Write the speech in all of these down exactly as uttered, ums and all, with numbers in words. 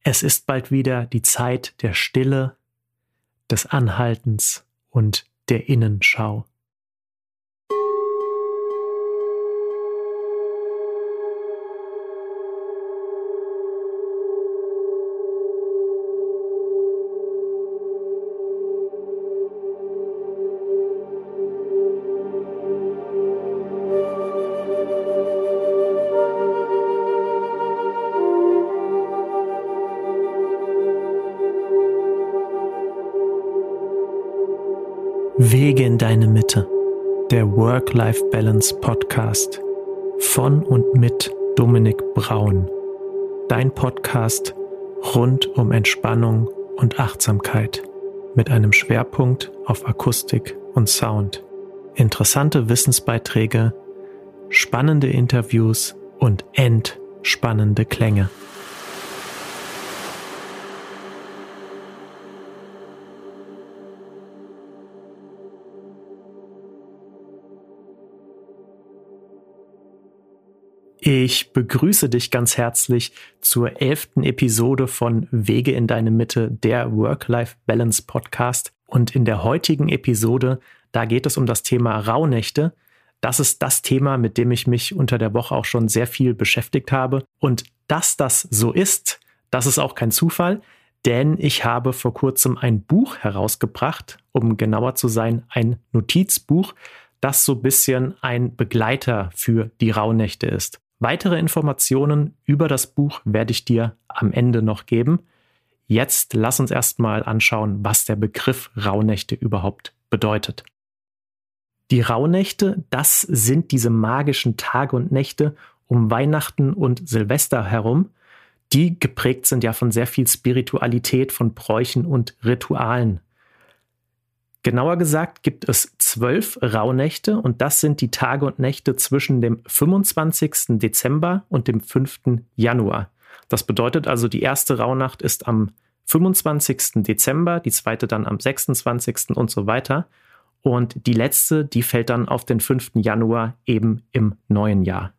Es ist bald wieder die Zeit der Stille, des Anhaltens und der Innenschau. Wege in deine Mitte, der Work-Life-Balance-Podcast von und mit Dominik Braun. Dein Podcast rund um Entspannung und Achtsamkeit mit einem Schwerpunkt auf Akustik und Sound. Interessante Wissensbeiträge, spannende Interviews und entspannende Klänge. Ich begrüße dich ganz herzlich zur elften Episode von Wege in deine Mitte, der Work-Life-Balance-Podcast. Und in der heutigen Episode, da geht es um das Thema Rauhnächte. Das ist das Thema, mit dem ich mich unter der Woche auch schon sehr viel beschäftigt habe. Und dass das so ist, das ist auch kein Zufall, denn ich habe vor kurzem ein Buch herausgebracht, um genauer zu sein, ein Notizbuch, das so ein bisschen ein Begleiter für die Rauhnächte ist. Weitere Informationen über das Buch werde ich dir am Ende noch geben. Jetzt lass uns erstmal anschauen, was der Begriff Rauhnächte überhaupt bedeutet. Die Rauhnächte, das sind diese magischen Tage und Nächte um Weihnachten und Silvester herum, die geprägt sind ja von sehr viel Spiritualität, von Bräuchen und Ritualen. Genauer gesagt gibt es zwölf Rauhnächte und das sind die Tage und Nächte zwischen dem fünfundzwanzigsten Dezember und dem fünften Januar. Das bedeutet also, die erste Rauhnacht ist am fünfundzwanzigsten Dezember, die zweite dann am sechsundzwanzigsten und so weiter. Und die letzte, die fällt dann auf den fünften Januar eben im neuen Jahr.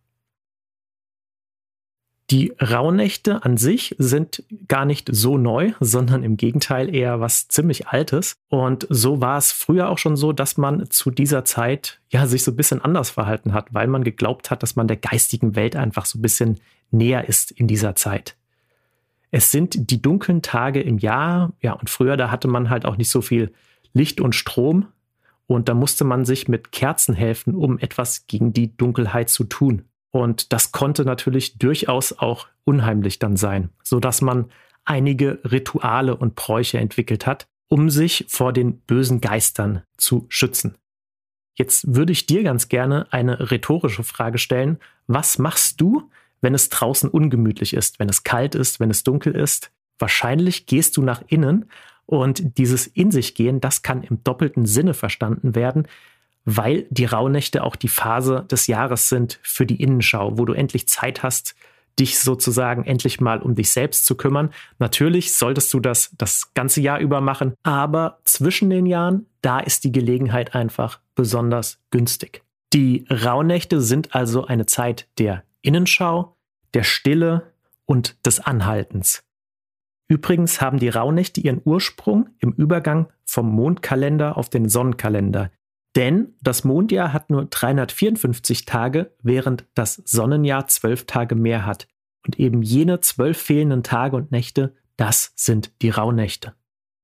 Die Rauhnächte an sich sind gar nicht so neu, sondern im Gegenteil eher was ziemlich Altes. Und so war es früher auch schon so, dass man zu dieser Zeit ja sich so ein bisschen anders verhalten hat, weil man geglaubt hat, dass man der geistigen Welt einfach so ein bisschen näher ist in dieser Zeit. Es sind die dunklen Tage im Jahr, ja, und früher, da hatte man halt auch nicht so viel Licht und Strom. Und da musste man sich mit Kerzen helfen, um etwas gegen die Dunkelheit zu tun. Und das konnte natürlich durchaus auch unheimlich dann sein, sodass man einige Rituale und Bräuche entwickelt hat, um sich vor den bösen Geistern zu schützen. Jetzt würde ich dir ganz gerne eine rhetorische Frage stellen. Was machst du, wenn es draußen ungemütlich ist, wenn es kalt ist, wenn es dunkel ist? Wahrscheinlich gehst du nach innen und dieses In sich gehen, das kann im doppelten Sinne verstanden werden, weil die Rauhnächte auch die Phase des Jahres sind für die Innenschau, wo du endlich Zeit hast, dich sozusagen endlich mal um dich selbst zu kümmern. Natürlich solltest du das das ganze Jahr über machen, aber zwischen den Jahren, da ist die Gelegenheit einfach besonders günstig. Die Rauhnächte sind also eine Zeit der Innenschau, der Stille und des Anhaltens. Übrigens haben die Rauhnächte ihren Ursprung im Übergang vom Mondkalender auf den Sonnenkalender. Denn das Mondjahr hat nur dreihundertvierundfünfzig Tage, während das Sonnenjahr zwölf Tage mehr hat. Und eben jene zwölf fehlenden Tage und Nächte, das sind die Rauhnächte.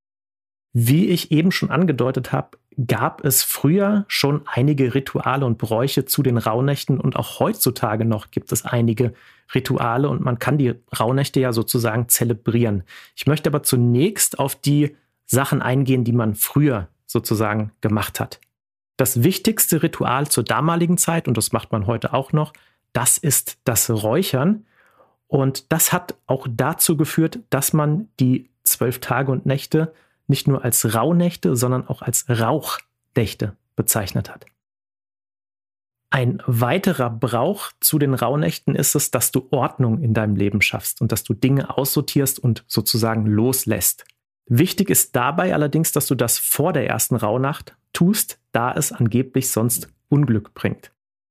Wie ich eben schon angedeutet habe, gab es früher schon einige Rituale und Bräuche zu den Rauhnächten und auch heutzutage noch gibt es einige Rituale und man kann die Rauhnächte ja sozusagen zelebrieren. Ich möchte aber zunächst auf die Sachen eingehen, die man früher sozusagen gemacht hat. Das wichtigste Ritual zur damaligen Zeit, und das macht man heute auch noch, das ist das Räuchern. Und das hat auch dazu geführt, dass man die zwölf Tage und Nächte nicht nur als Rauhnächte, sondern auch als Rauchnächte bezeichnet hat. Ein weiterer Brauch zu den Rauhnächten ist es, dass du Ordnung in deinem Leben schaffst und dass du Dinge aussortierst und sozusagen loslässt. Wichtig ist dabei allerdings, dass du das vor der ersten Rauhnacht tust, da es angeblich sonst Unglück bringt.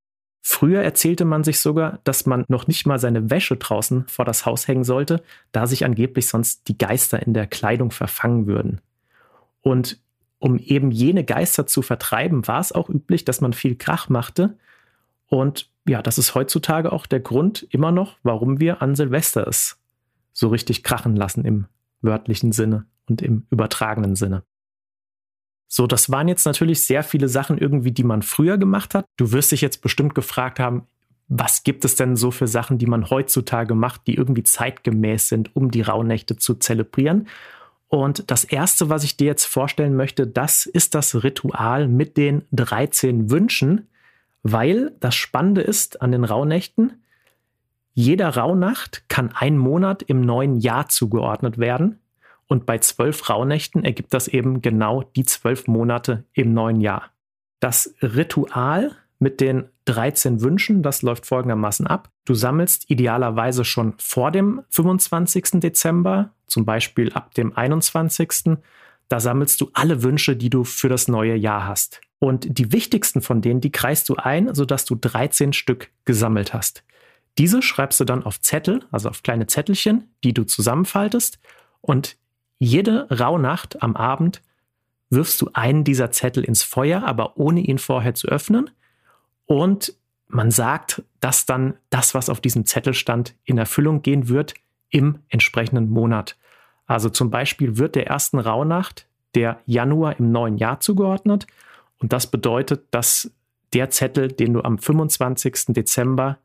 Früher erzählte man sich sogar, dass man noch nicht mal seine Wäsche draußen vor das Haus hängen sollte, da sich angeblich sonst die Geister in der Kleidung verfangen würden. Und um eben jene Geister zu vertreiben, war es auch üblich, dass man viel Krach machte. Und ja, das ist heutzutage auch der Grund immer noch, warum wir an Silvester es so richtig krachen lassen im wörtlichen Sinne und im übertragenen Sinne. So, das waren jetzt natürlich sehr viele Sachen irgendwie, die man früher gemacht hat. Du wirst dich jetzt bestimmt gefragt haben, was gibt es denn so für Sachen, die man heutzutage macht, die irgendwie zeitgemäß sind, um die Rauhnächte zu zelebrieren? Und das Erste, was ich dir jetzt vorstellen möchte, das ist das Ritual mit den dreizehn Wünschen, weil das Spannende ist an den Rauhnächten, jeder Rauhnacht kann ein Monat im neuen Jahr zugeordnet werden. Und bei zwölf Rauhnächten ergibt das eben genau die zwölf Monate im neuen Jahr. Das Ritual mit den dreizehn Wünschen, das läuft folgendermaßen ab. Du sammelst idealerweise schon vor dem fünfundzwanzigsten Dezember, zum Beispiel ab dem einundzwanzigsten Da sammelst du alle Wünsche, die du für das neue Jahr hast. Und die wichtigsten von denen, die kreist du ein, sodass du dreizehn Stück gesammelt hast. Diese schreibst du dann auf Zettel, also auf kleine Zettelchen, die du zusammenfaltest, und jede Rauhnacht am Abend wirfst du einen dieser Zettel ins Feuer, aber ohne ihn vorher zu öffnen. Und man sagt, dass dann das, was auf diesem Zettel stand, in Erfüllung gehen wird im entsprechenden Monat. Also zum Beispiel wird der ersten Rauhnacht der Januar im neuen Jahr zugeordnet. Und das bedeutet, dass der Zettel, den du am fünfundzwanzigsten Dezember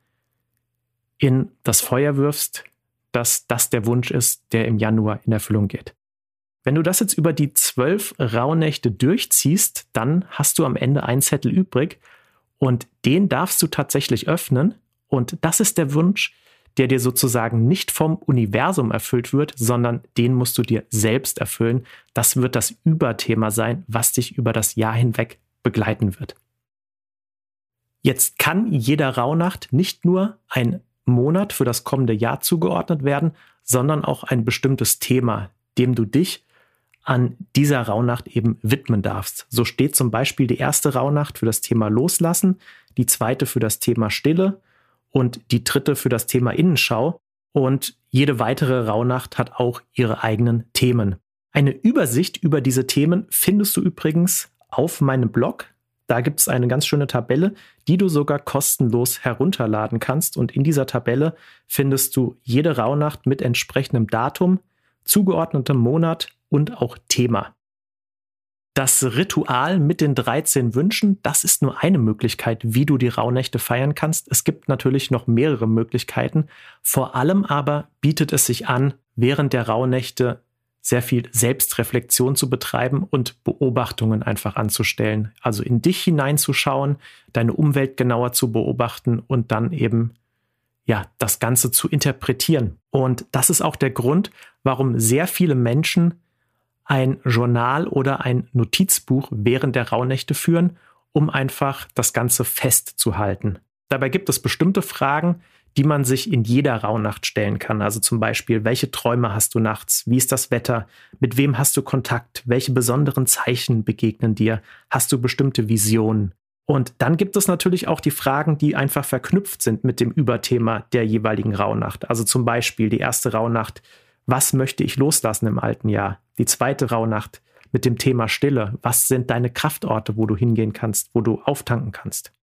in das Feuer wirfst, dass das der Wunsch ist, der im Januar in Erfüllung geht. Wenn du das jetzt über die zwölf Rauhnächte durchziehst, dann hast du am Ende einen Zettel übrig und den darfst du tatsächlich öffnen. Und das ist der Wunsch, der dir sozusagen nicht vom Universum erfüllt wird, sondern den musst du dir selbst erfüllen. Das wird das Überthema sein, was dich über das Jahr hinweg begleiten wird. Jetzt kann jeder Rauhnacht nicht nur ein Monat für das kommende Jahr zugeordnet werden, sondern auch ein bestimmtes Thema, dem du dich an dieser Rauhnacht eben widmen darfst. So steht zum Beispiel die erste Rauhnacht für das Thema Loslassen, die zweite für das Thema Stille und die dritte für das Thema Innenschau. Und jede weitere Rauhnacht hat auch ihre eigenen Themen. Eine Übersicht über diese Themen findest du übrigens auf meinem Blog. Da gibt es eine ganz schöne Tabelle, die du sogar kostenlos herunterladen kannst. Und in dieser Tabelle findest du jede Rauhnacht mit entsprechendem Datum, zugeordnetem Monat und auch Thema. Das Ritual mit den dreizehn Wünschen, das ist nur eine Möglichkeit, wie du die Rauhnächte feiern kannst. Es gibt natürlich noch mehrere Möglichkeiten. Vor allem aber bietet es sich an, während der Rauhnächte sehr viel Selbstreflexion zu betreiben und Beobachtungen einfach anzustellen. Also in dich hineinzuschauen, deine Umwelt genauer zu beobachten und dann eben ja, das Ganze zu interpretieren. Und das ist auch der Grund, warum sehr viele Menschen ein Journal oder ein Notizbuch während der Rauhnächte führen, um einfach das Ganze festzuhalten. Dabei gibt es bestimmte Fragen, die man sich in jeder Rauhnacht stellen kann. Also zum Beispiel, welche Träume hast du nachts? Wie ist das Wetter? Mit wem hast du Kontakt? Welche besonderen Zeichen begegnen dir? Hast du bestimmte Visionen? Und dann gibt es natürlich auch die Fragen, die einfach verknüpft sind mit dem Überthema der jeweiligen Rauhnacht. Also zum Beispiel die erste Rauhnacht, was möchte ich loslassen im alten Jahr? Die zweite Rauhnacht mit dem Thema Stille, was sind deine Kraftorte, wo du hingehen kannst, wo du auftanken kannst?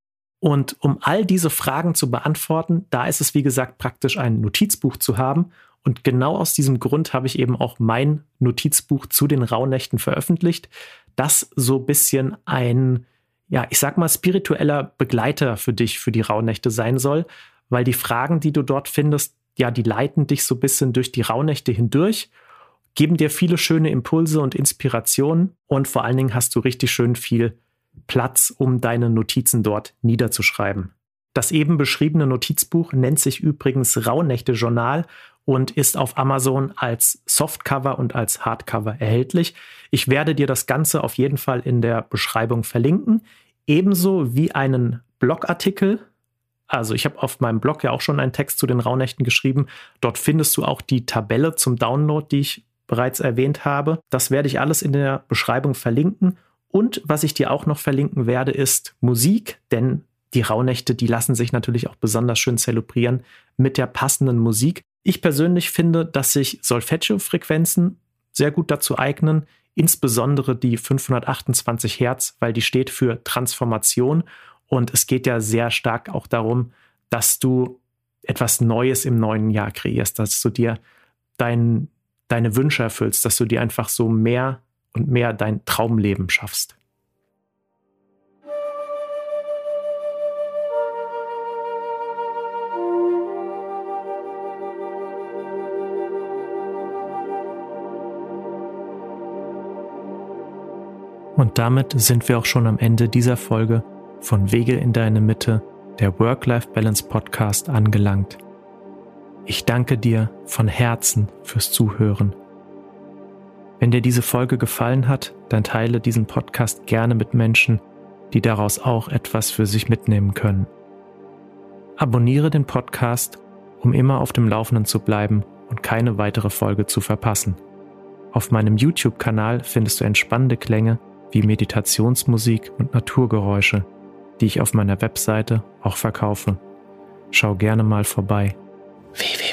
Und um all diese Fragen zu beantworten, da ist es wie gesagt praktisch, ein Notizbuch zu haben. Und genau aus diesem Grund habe ich eben auch mein Notizbuch zu den Rauhnächten veröffentlicht, das so ein bisschen ein, ja, ich sag mal, spiritueller Begleiter für dich, für die Rauhnächte sein soll, weil die Fragen, die du dort findest, ja, die leiten dich so ein bisschen durch die Rauhnächte hindurch, geben dir viele schöne Impulse und Inspirationen und vor allen Dingen hast du richtig schön viel Platz, um deine Notizen dort niederzuschreiben. Das eben beschriebene Notizbuch nennt sich übrigens Rauhnächte-Journal und ist auf Amazon als Softcover und als Hardcover erhältlich. Ich werde dir das Ganze auf jeden Fall in der Beschreibung verlinken, ebenso wie einen Blogartikel. Also ich habe auf meinem Blog ja auch schon einen Text zu den Rauhnächten geschrieben. Dort findest du auch die Tabelle zum Download, die ich bereits erwähnt habe. Das werde ich alles in der Beschreibung verlinken. Und was ich dir auch noch verlinken werde, ist Musik, denn Die Rauhnächte, die lassen sich natürlich auch besonders schön zelebrieren mit der passenden Musik. Ich persönlich finde, dass sich Solfeggio-Frequenzen sehr gut dazu eignen, insbesondere die fünfhundertachtundzwanzig Hertz, weil die steht für Transformation und es geht ja sehr stark auch darum, dass du etwas Neues im neuen Jahr kreierst, dass du dir dein, deine Wünsche erfüllst, dass du dir einfach so mehr und mehr dein Traumleben schaffst. Und damit sind wir auch schon am Ende dieser Folge von Wege in deine Mitte, der Work-Life-Balance-Podcast, angelangt. Ich danke dir von Herzen fürs Zuhören. Wenn dir diese Folge gefallen hat, dann teile diesen Podcast gerne mit Menschen, die daraus auch etwas für sich mitnehmen können. Abonniere den Podcast, um immer auf dem Laufenden zu bleiben und keine weitere Folge zu verpassen. Auf meinem YouTube-Kanal findest du entspannende Klänge wie Meditationsmusik und Naturgeräusche, die ich auf meiner Webseite auch verkaufe. Schau gerne mal vorbei. w w w